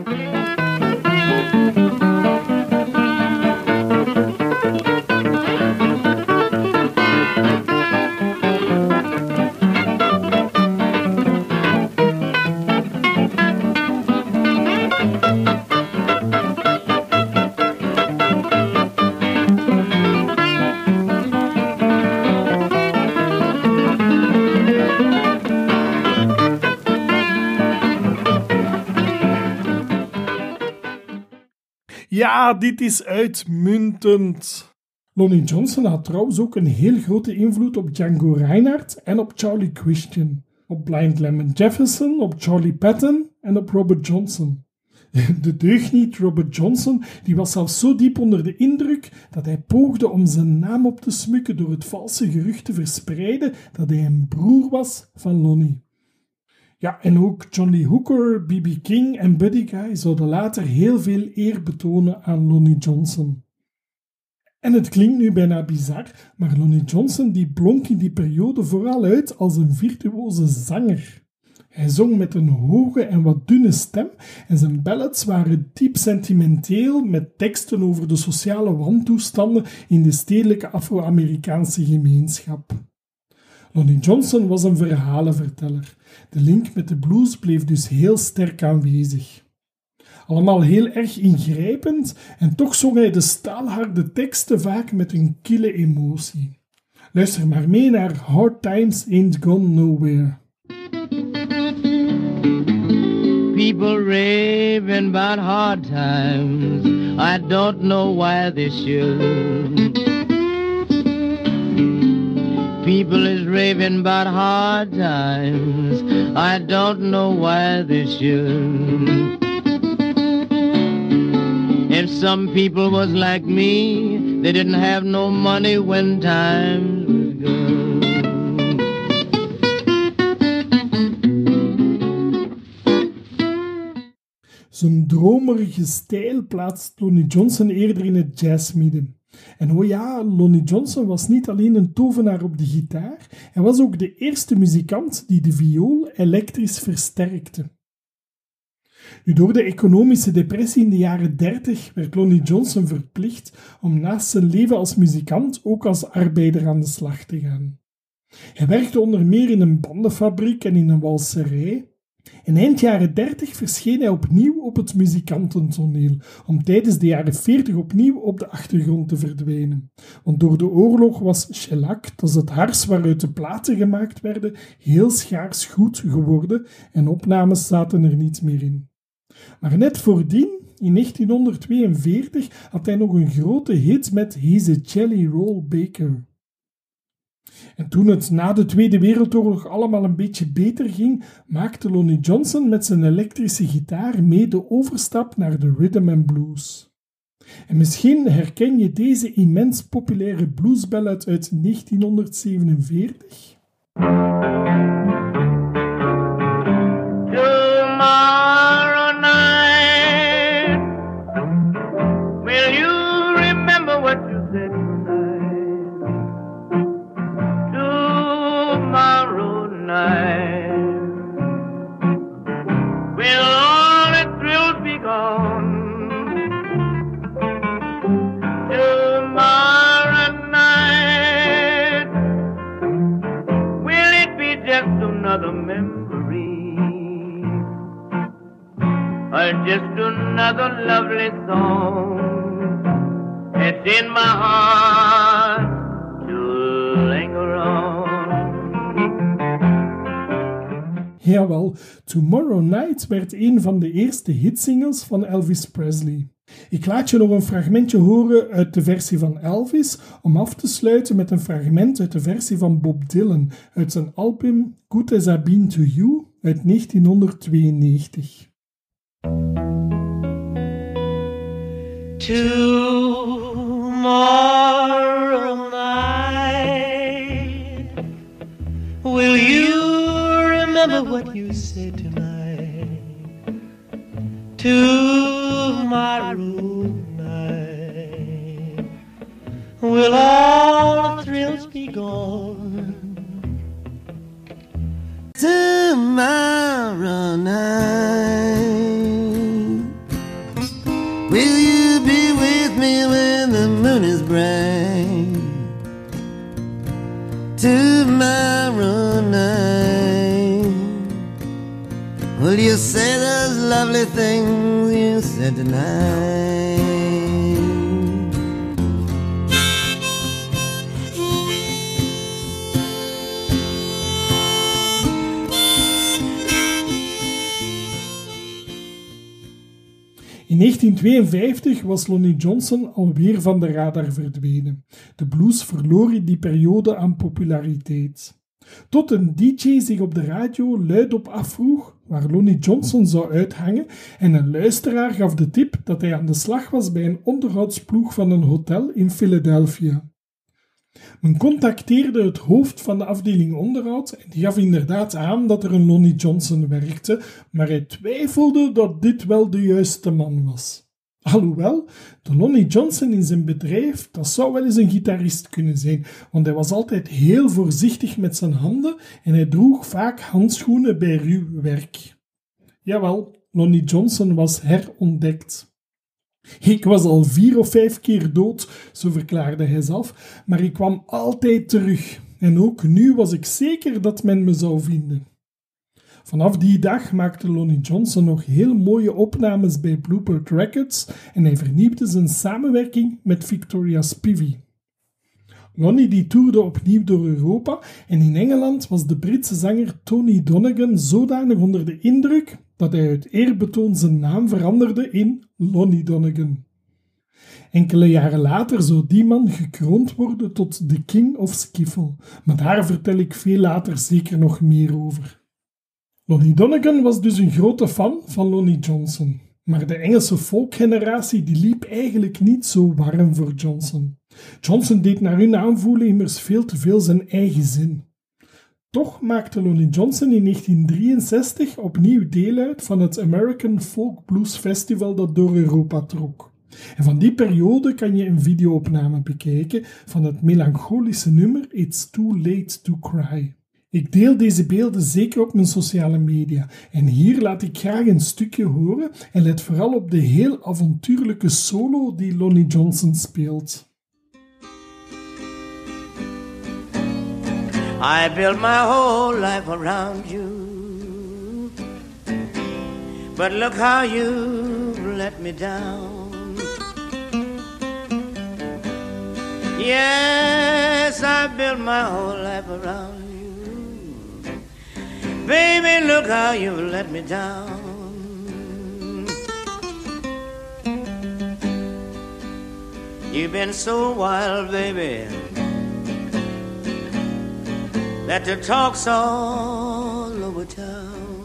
Ja, dit is uitmuntend. Lonnie Johnson had trouwens ook een heel grote invloed op Django Reinhardt en op Charlie Christian, op Blind Lemon Jefferson, op Charlie Patton en op Robert Johnson. De deugniet Robert Johnson die was zelfs zo diep onder de indruk dat hij poogde om zijn naam op te smukken door het valse gerucht te verspreiden dat hij een broer was van Lonnie. Ja, en ook John Lee Hooker, B B King en Buddy Guy zouden later heel veel eer betonen aan Lonnie Johnson. En het klinkt nu bijna bizar, maar Lonnie Johnson die blonk in die periode vooral uit als een virtuoze zanger. Hij zong met een hoge en wat dunne stem en zijn ballads waren diep sentimenteel met teksten over de sociale wantoestanden in de stedelijke Afro-Amerikaanse gemeenschap. Lonnie Johnson was een verhalenverteller. De link met de blues bleef dus heel sterk aanwezig. Allemaal heel erg ingrijpend en toch zong hij de staalharde teksten vaak met een kille emotie. Luister maar mee naar Hard Times Ain't Gone Nowhere. People raving about hard times. I don't know why they should. People is raving about hard times. I don't know why they should. If some people was like me, they didn't have no money when times was good. Zijn dromerige stijl plaatst Lonnie Johnson eerder in het jazzmidden. En oh ja, Lonnie Johnson was niet alleen een tovenaar op de gitaar, hij was ook de eerste muzikant die de viool elektrisch versterkte. Nu, door de economische depressie in de jaren dertig werd Lonnie Johnson verplicht om naast zijn leven als muzikant ook als arbeider aan de slag te gaan. Hij werkte onder meer in een bandenfabriek en in een walserij. In eind jaren dertig verscheen hij opnieuw op het muzikantentoneel, om tijdens de jaren veertig opnieuw op de achtergrond te verdwijnen. Want door de oorlog was shellac, dat is het hars waaruit de platen gemaakt werden, heel schaars goed geworden en opnames zaten er niet meer in. Maar net voordien, in negentienhonderdtweeënveertig, had hij nog een grote hit met He's a Jelly Roll Baker. En toen het na de Tweede Wereldoorlog allemaal een beetje beter ging, maakte Lonnie Johnson met zijn elektrische gitaar mee de overstap naar de rhythm and blues. En misschien herken je deze immens populaire bluesballad uit negentienhonderdzevenenveertig. Tomorrow night, will you remember what you said tonight? Tomorrow night, will all the thrills be gone? Tomorrow night, will it be just another memory, or just another lovely song that's in my heart to linger on? Jawel, Tomorrow Night werd een van de eerste hitsingles van Elvis Presley. Ik laat je nog een fragmentje horen uit de versie van Elvis, om af te sluiten met een fragment uit de versie van Bob Dylan, uit zijn album Good As I've Been To You uit negentienhonderdtweeënnegentig. Tomorrow night, will you remember what you said tonight? Tomorrow night, will all the thrills be gone? Tomorrow night, will you be with me when the moon is bright? Tomorrow night, will you say those lovely things you said tonight? In negentienhonderdtweeënvijftig was Lonnie Johnson alweer van de radar verdwenen. De blues verloor in die periode aan populariteit. Tot een D J zich op de radio luidop afvroeg waar Lonnie Johnson zou uithangen en een luisteraar gaf de tip dat hij aan de slag was bij een onderhoudsploeg van een hotel in Philadelphia. Men contacteerde het hoofd van de afdeling onderhoud en die gaf inderdaad aan dat er een Lonnie Johnson werkte, maar hij twijfelde dat dit wel de juiste man was. Alhoewel, de Lonnie Johnson in zijn bedrijf, dat zou wel eens een gitarist kunnen zijn, want hij was altijd heel voorzichtig met zijn handen en hij droeg vaak handschoenen bij ruw werk. Jawel, Lonnie Johnson was herontdekt. Ik was al vier of vijf keer dood, zo verklaarde hij zelf, maar ik kwam altijd terug. En ook nu was ik zeker dat men me zou vinden. Vanaf die dag maakte Lonnie Johnson nog heel mooie opnames bij Bluebird Records en hij vernieuwde zijn samenwerking met Victoria Spivey. Lonnie die toerde opnieuw door Europa en in Engeland was de Britse zanger Tony Donegan zodanig onder de indruk dat hij uit eerbetoon zijn naam veranderde in Lonnie Donegan. Enkele jaren later zou die man gekroond worden tot de King of Skiffle, maar daar vertel ik veel later zeker nog meer over. Lonnie Donegan was dus een grote fan van Lonnie Johnson, maar de Engelse folkgeneratie die liep eigenlijk niet zo warm voor Johnson. Johnson deed naar hun aanvoelen immers veel te veel zijn eigen zin. Toch maakte Lonnie Johnson in negentien drieënzestig opnieuw deel uit van het American Folk Blues Festival dat door Europa trok. En van die periode kan je een videoopname bekijken van het melancholische nummer It's Too Late to Cry. Ik deel deze beelden zeker op mijn sociale media en hier laat ik graag een stukje horen en let vooral op de heel avontuurlijke solo die Lonnie Johnson speelt. I built my whole life around you. but look how you've let me down. Yes, I built my whole life around you. Baby, look how you've let me down. You've been so wild, baby, that the talk's all over town.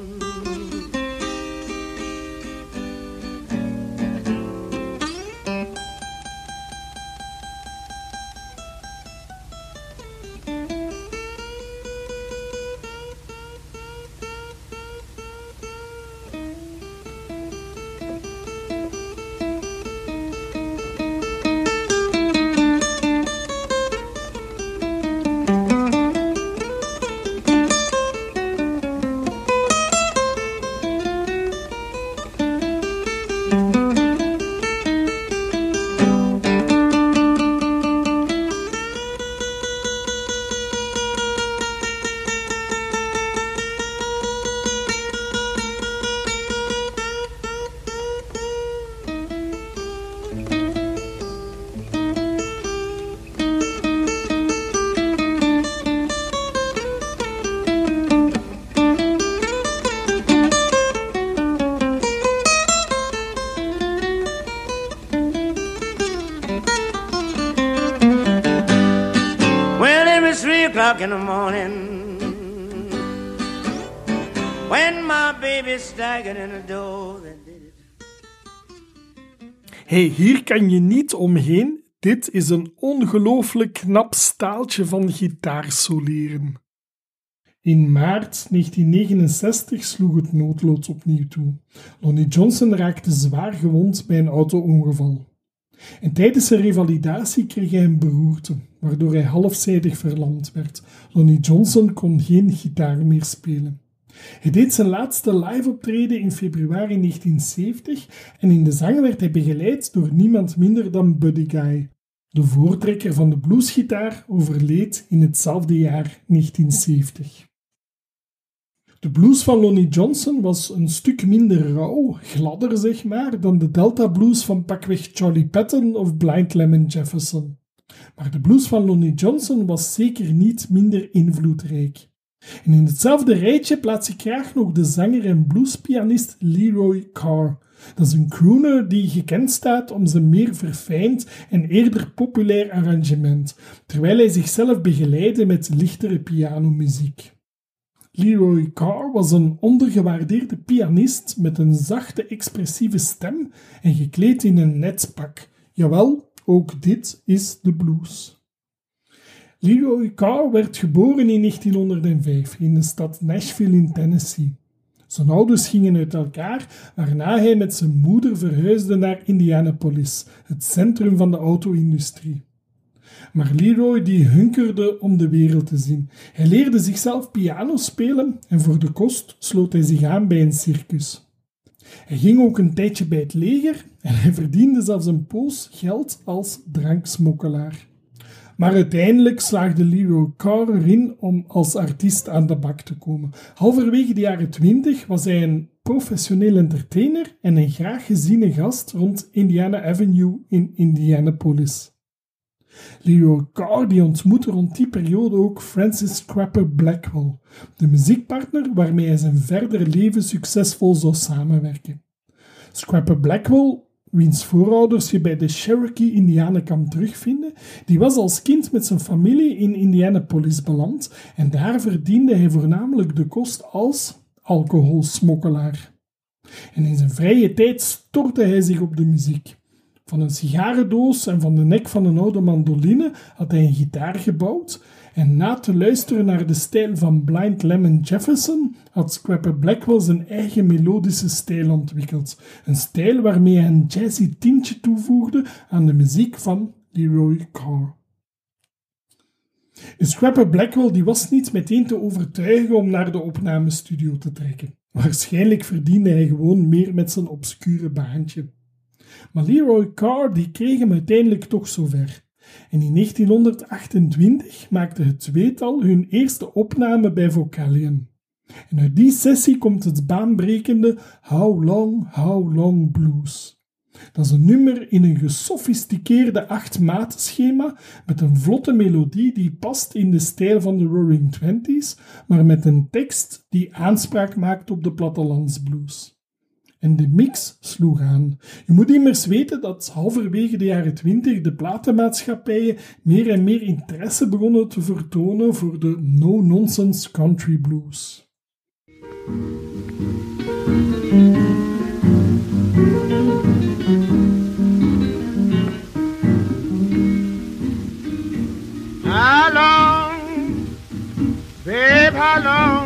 In the morning, when my baby staggered in the door, that did it. Hey, hier kan je niet omheen. Dit is een ongelooflijk knap staaltje van gitaarsoleren. In maart negentien negenenzestig sloeg het noodlot opnieuw toe. Lonnie Johnson raakte zwaar gewond bij een auto-ongeval. En tijdens zijn revalidatie kreeg hij een beroerte, waardoor hij halfzijdig verlamd werd. Lonnie Johnson kon geen gitaar meer spelen. Hij deed zijn laatste live-optreden in februari negentien zeventig en in de zang werd hij begeleid door niemand minder dan Buddy Guy. De voortrekker van de bluesgitaar overleed in hetzelfde jaar negentien zeventig. De blues van Lonnie Johnson was een stuk minder rauw, gladder zeg maar, dan de Delta blues van pakweg Charlie Patton of Blind Lemon Jefferson. Maar de blues van Lonnie Johnson was zeker niet minder invloedrijk. En in hetzelfde rijtje plaats ik graag nog de zanger en bluespianist Leroy Carr. Dat is een crooner die gekend staat om zijn meer verfijnd en eerder populair arrangement, terwijl hij zichzelf begeleidde met lichtere pianomuziek. Leroy Carr was een ondergewaardeerde pianist met een zachte, expressieve stem en gekleed in een net pak. Jawel, ook dit is de blues. Leroy Carr werd geboren in negentienhonderdvijf in de stad Nashville in Tennessee. Zijn ouders gingen uit elkaar, waarna hij met zijn moeder verhuisde naar Indianapolis, het centrum van de auto-industrie. Maar Leroy die hunkerde om de wereld te zien. Hij leerde zichzelf piano spelen en voor de kost sloot hij zich aan bij een circus. Hij ging ook een tijdje bij het leger en hij verdiende zelfs een poos geld als dranksmokkelaar. Maar uiteindelijk slaagde Leroy Carr erin om als artiest aan de bak te komen. Halverwege de jaren twintig was hij een professioneel entertainer en een graag geziene gast rond Indiana Avenue in Indianapolis. Leroy Carr die ontmoette rond die periode ook Francis Scrapper Blackwell, de muziekpartner waarmee hij zijn verdere leven succesvol zou samenwerken. Scrapper Blackwell, wiens voorouders je bij de Cherokee Indianen kan terugvinden, die was als kind met zijn familie in Indianapolis beland en daar verdiende hij voornamelijk de kost als alcoholsmokkelaar. En in zijn vrije tijd stortte hij zich op de muziek. Van een sigarendoos en van de nek van een oude mandoline had hij een gitaar gebouwd en na te luisteren naar de stijl van Blind Lemon Jefferson had Scrapper Blackwell zijn eigen melodische stijl ontwikkeld. Een stijl waarmee hij een jazzy tintje toevoegde aan de muziek van Leroy Carr. Scrapper Blackwell die was niet meteen te overtuigen om naar de opnamestudio te trekken. Waarschijnlijk verdiende hij gewoon meer met zijn obscure baantje. Maar Leroy Carr die kreeg hem uiteindelijk toch zover. En in negentienhonderdachtentwintig maakte het tweetal hun eerste opname bij Vocalion. En uit die sessie komt het baanbrekende How Long, How Long Blues. Dat is een nummer in een gesofisticeerde acht-maten-schema met een vlotte melodie die past in de stijl van de Roaring Twenties, maar met een tekst die aanspraak maakt op de plattelandsblues. En de mix sloeg aan. Je moet immers weten dat halverwege de jaren twintig de platenmaatschappijen meer en meer interesse begonnen te vertonen voor de no-nonsense country blues. How long, babe, how long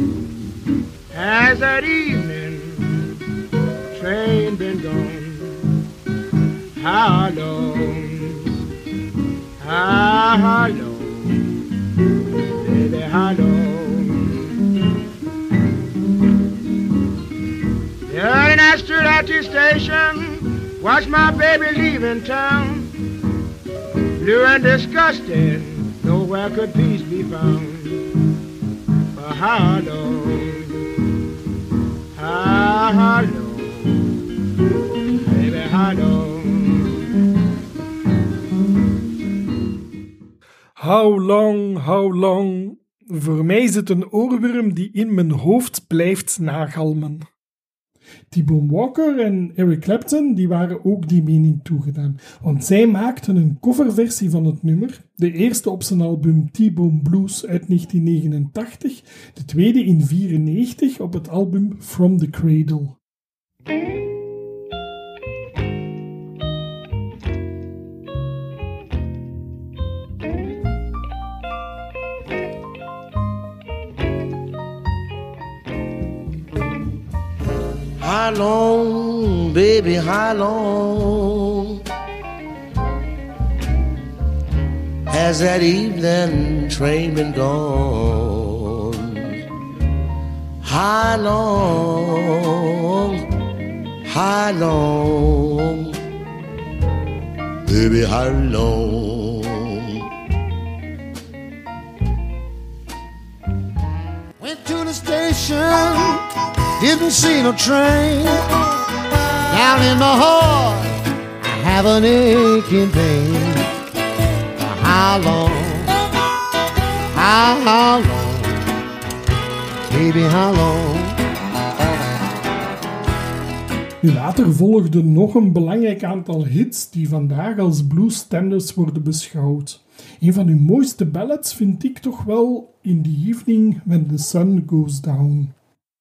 has that evening train been gone? How long, how, how long, baby, how long? Yeah, and I stood at the station, watched my baby leaving town. Blue and disgusted, nowhere could peace be found. For how long, how, how long, baby, how long? How long, how long? Voor mij is het een oorworm die in mijn hoofd blijft nagalmen. T-Bone Walker en Eric Clapton die waren ook die mening toegedaan, want zij maakten een coverversie van het nummer, de eerste op zijn album T-Bone Blues uit negentien negenentachtig, de tweede in negentien vierennegentig op het album From the Cradle. How long, baby, how long has that evening train been gone? How long, how long, baby, how long? Went to the station, didn't see no train. Down in my heart, I have an aching pain. How long, how, how long, baby, how long? Nu later volgden nog een belangrijk aantal hits die vandaag als blues standards worden beschouwd. Een van hun mooiste ballads vind ik toch wel In the Evening When the Sun Goes Down.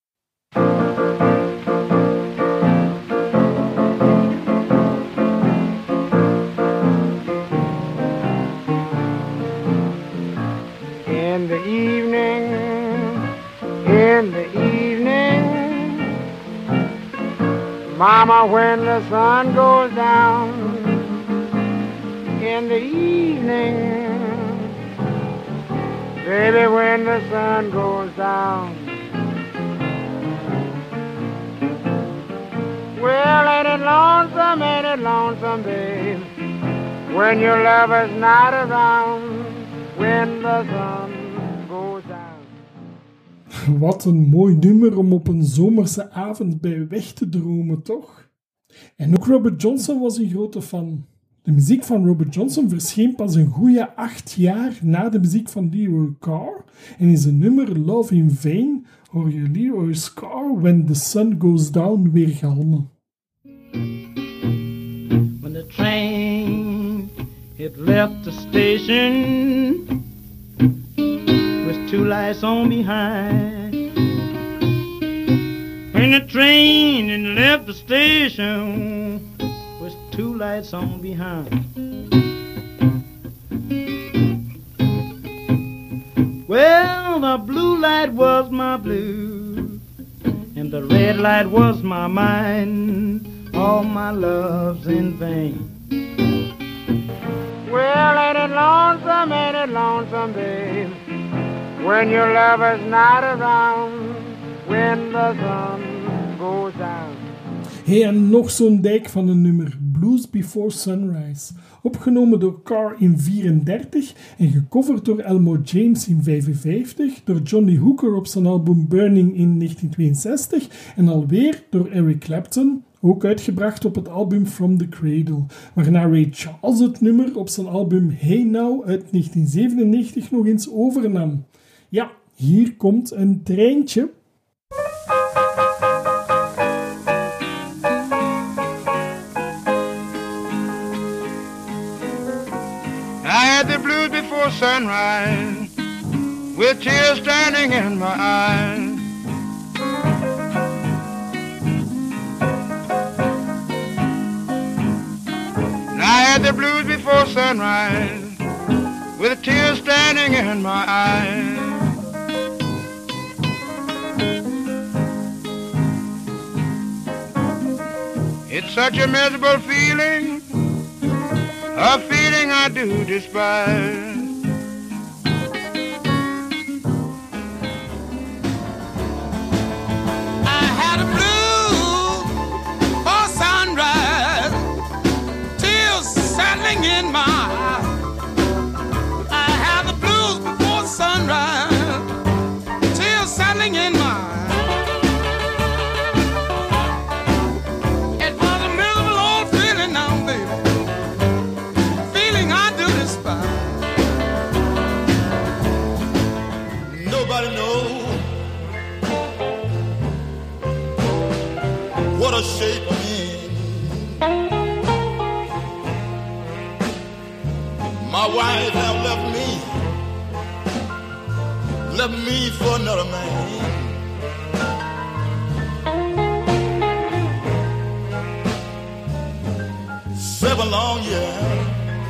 In the evening, in the evening, Mama, when the sun goes down, in the evening, baby, when the sun goes down. Well, ain't it lonesome, ain't it lonesome, babe, when your lover's not around, when the sun goes down. Wat een mooi nummer om op een zomerse avond bij weg te dromen, toch? En ook Robert Johnson was een grote fan. De muziek van Robert Johnson verscheen pas een goede acht jaar na de muziek van Leroy Carr. En in zijn nummer Love in Vain hoor je Leroy's Carr When the Sun Goes Down weer galmen. When the train it left the station with two lights on behind. When the train it left the station with two lights on behind. Well, the blue light was my blue, and the red light was my mind. All my love's in vain. Well, ain't it lonesome, ain't it lonesome, babe, when your lover's not around, when the sun goes down. Hey, en nog zo'n dijk van een nummer. Blues Before Sunrise, opgenomen door Carr in vierendertig en gecoverd door Elmo James in vijfenvijftig, door Johnny Hooker op zijn album Burning in negentien tweeënzestig en alweer door Eric Clapton, ook uitgebracht op het album From the Cradle, waarna Ray Charles het nummer op zijn album Hey Now uit negentien zevenennegentig nog eens overnam. Ja, hier komt een treintje. I had the blues before sunrise, with tears standing in my eyes. I had the blues before sunrise, with tears standing in my eyes. It's such a miserable feeling, a feeling I do despise. I had a blue for sunrise, tears settling in my eyes. I had the blues before sunrise, tears settling in my eyes. It was a miserable old feeling now, baby, feeling I do despise. Nobody knows what a shape I'm in. My wife have left me, left me for another man. Seven long years,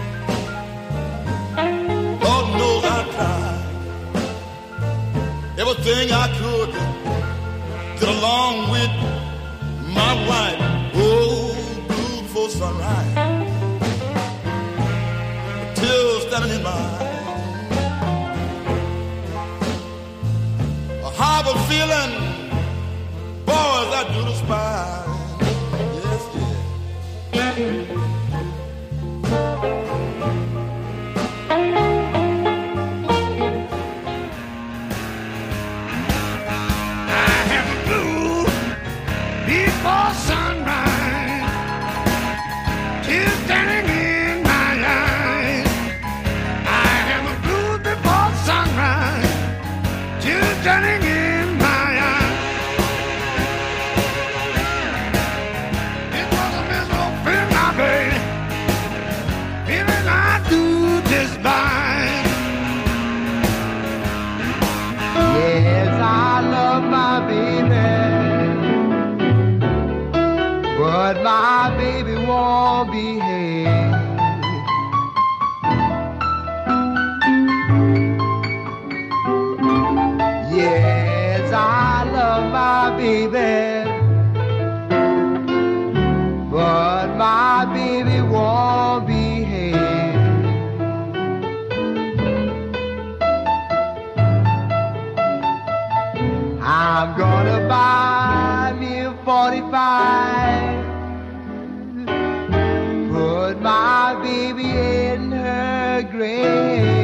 Lord knows I tried everything I could to get along with my wife. Oh, blue before sunrise, tears standing in my eyes. A horrible feeling, boys, I do despise. Yes, yes. Before sunrise, tears standing in my eyes. I have the blues before sunrise, tears standing in my eyes. It was a miserable feeling, my baby, feeling I do despise. Yes, I love my baby, but my baby won't behave. Yes, I love my baby, but my baby won't behave. I'm gonna buy me a forty-five, put my baby in her grave.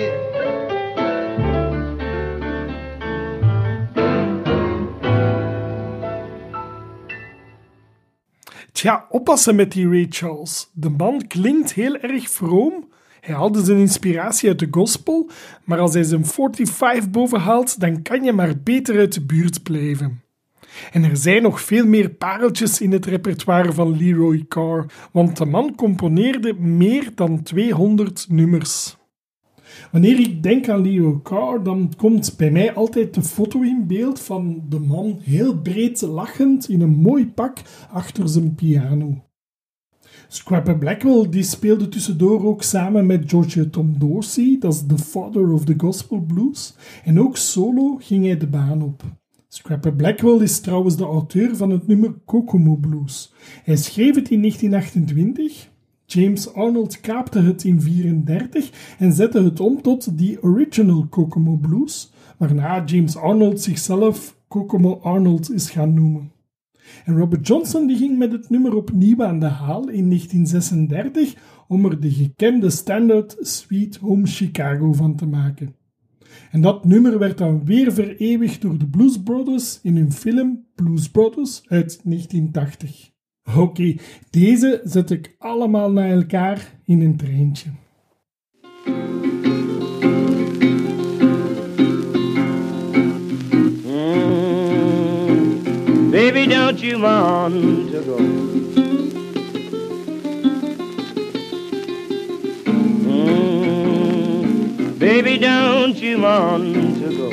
Tja, oppassen met die Ray Charles. De man klinkt heel erg vroom. Hij haalde zijn inspiratie uit de gospel, maar als hij zijn forty-five bovenhaalt, dan kan je maar beter uit de buurt blijven. En er zijn nog veel meer pareltjes in het repertoire van Leroy Carr, want de man componeerde meer dan tweehonderd nummers. Wanneer ik denk aan Leroy Carr, dan komt bij mij altijd de foto in beeld van de man heel breed lachend in een mooi pak achter zijn piano. Scrapper Blackwell die speelde tussendoor ook samen met George Tom Dorsey, dat is de father of the gospel blues, en ook solo ging hij de baan op. Scrapper Blackwell is trouwens de auteur van het nummer Kokomo Blues. Hij schreef het in negentien achtentwintig, James Arnold kaapte het in negentien vierendertig en zette het om tot The Original Kokomo Blues, waarna James Arnold zichzelf Kokomo Arnold is gaan noemen. En Robert Johnson die ging met het nummer opnieuw aan de haal in negentien zesendertig om er de gekende standaard Sweet Home Chicago van te maken. En dat nummer werd dan weer vereeuwigd door de Blues Brothers in hun film Blues Brothers uit negentien tachtig. Oké, okay, deze zet ik allemaal naar elkaar in een treintje. Mm, baby, don't you want to go? Mm, baby, don't you want to go?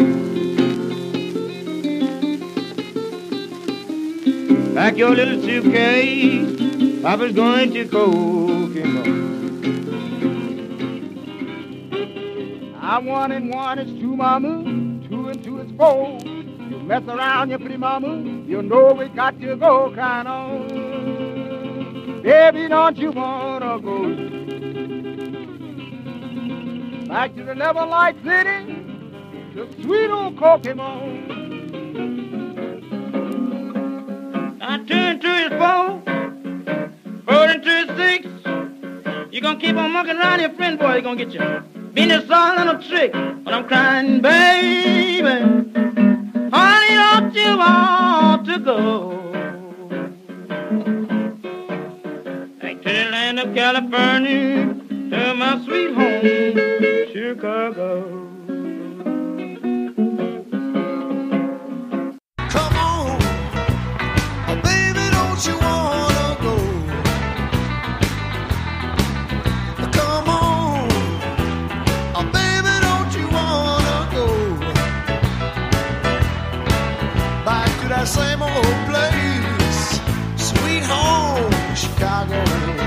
Pack your little suitcase, Papa's going to Kokomo. I one and one is two, mama, two and two is four. You mess around, you pretty mama, you know we got to go kind of. Baby, don't you wanna go back to the Never Light City, to sweet old Kokomo? I turn to his four, four into his six. You gonna keep on mucking around your friend, boy, you gonna get you. Been a song and a trick, but I'm crying, baby. Honey, don't you want to go back to the land of California, to my sweet home, Chicago? Come on, oh baby, don't you wanna go? Come on, oh baby, don't you wanna go back to that same old place, sweet home, Chicago.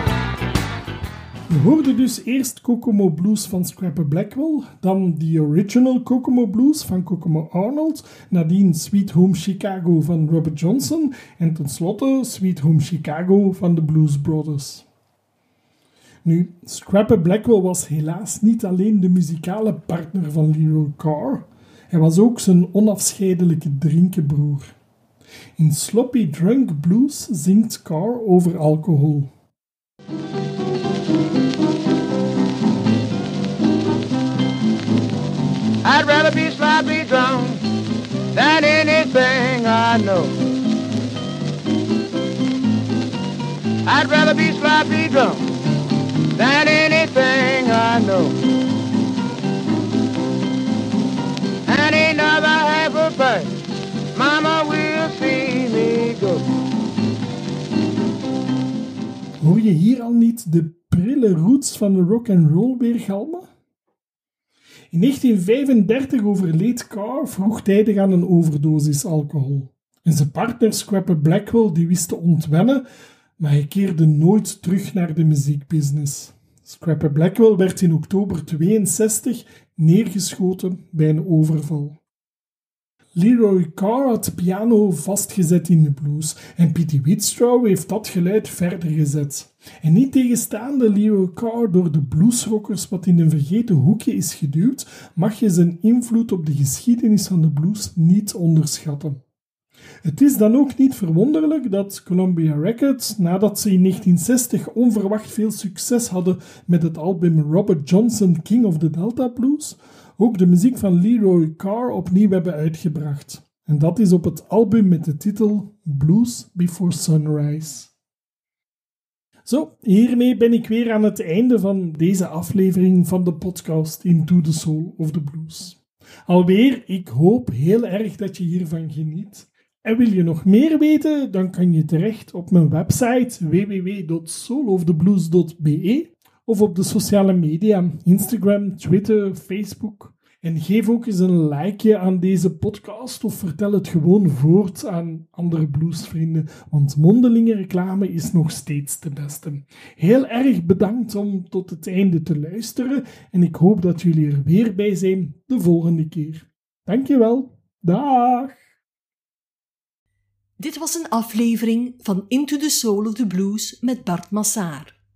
We hoorden dus eerst Kokomo Blues van Scrapper Blackwell, dan The Original Kokomo Blues van Kokomo Arnold, nadien Sweet Home Chicago van Robert Johnson en tenslotte Sweet Home Chicago van de Blues Brothers. Nu, Scrapper Blackwell was helaas niet alleen de muzikale partner van Leroy Carr, hij was ook zijn onafscheidelijke drinkenbroer. In Sloppy Drunk Blues zingt Carr over alcohol. I'd rather be sloppy drunk than anything I know. I'd rather be sloppy drunk than anything I know. And another half a pint, Mama will see me go. Hoor je hier al niet de prille roots van de rock and roll weergalmen? In negentien vijfendertig overleed Carr vroegtijdig aan een overdosis alcohol. En zijn partner Scrapper Blackwell die wist te ontwennen, maar hij keerde nooit terug naar de muziekbusiness. Scrapper Blackwell werd in oktober tweeënzestig neergeschoten bij een overval. Leroy Carr had de piano vastgezet in de blues en Petey Wheatstraw heeft dat geluid verder gezet. En niet tegenstaande Leroy Carr door de bluesrockers wat in een vergeten hoekje is geduwd, mag je zijn invloed op de geschiedenis van de blues niet onderschatten. Het is dan ook niet verwonderlijk dat Columbia Records, nadat ze in negentien zestig onverwacht veel succes hadden met het album Robert Johnson King of the Delta Blues, ook de muziek van Leroy Carr opnieuw hebben uitgebracht. En dat is op het album met de titel Blues Before Sunrise. Zo, hiermee ben ik weer aan het einde van deze aflevering van de podcast Into the Soul of the Blues. Alweer, ik hoop heel erg dat je hiervan geniet. En wil je nog meer weten, dan kan je terecht op mijn website w w w punt soul of the blues punt b e of op de sociale media, Instagram, Twitter, Facebook. En geef ook eens een likeje aan deze podcast of vertel het gewoon voort aan andere bluesvrienden, want mondelinge reclame is nog steeds de beste. Heel erg bedankt om tot het einde te luisteren en ik hoop dat jullie er weer bij zijn de volgende keer. Dankjewel. Dag! Dit was een aflevering van Into the Soul of the Blues met Bart Massaar.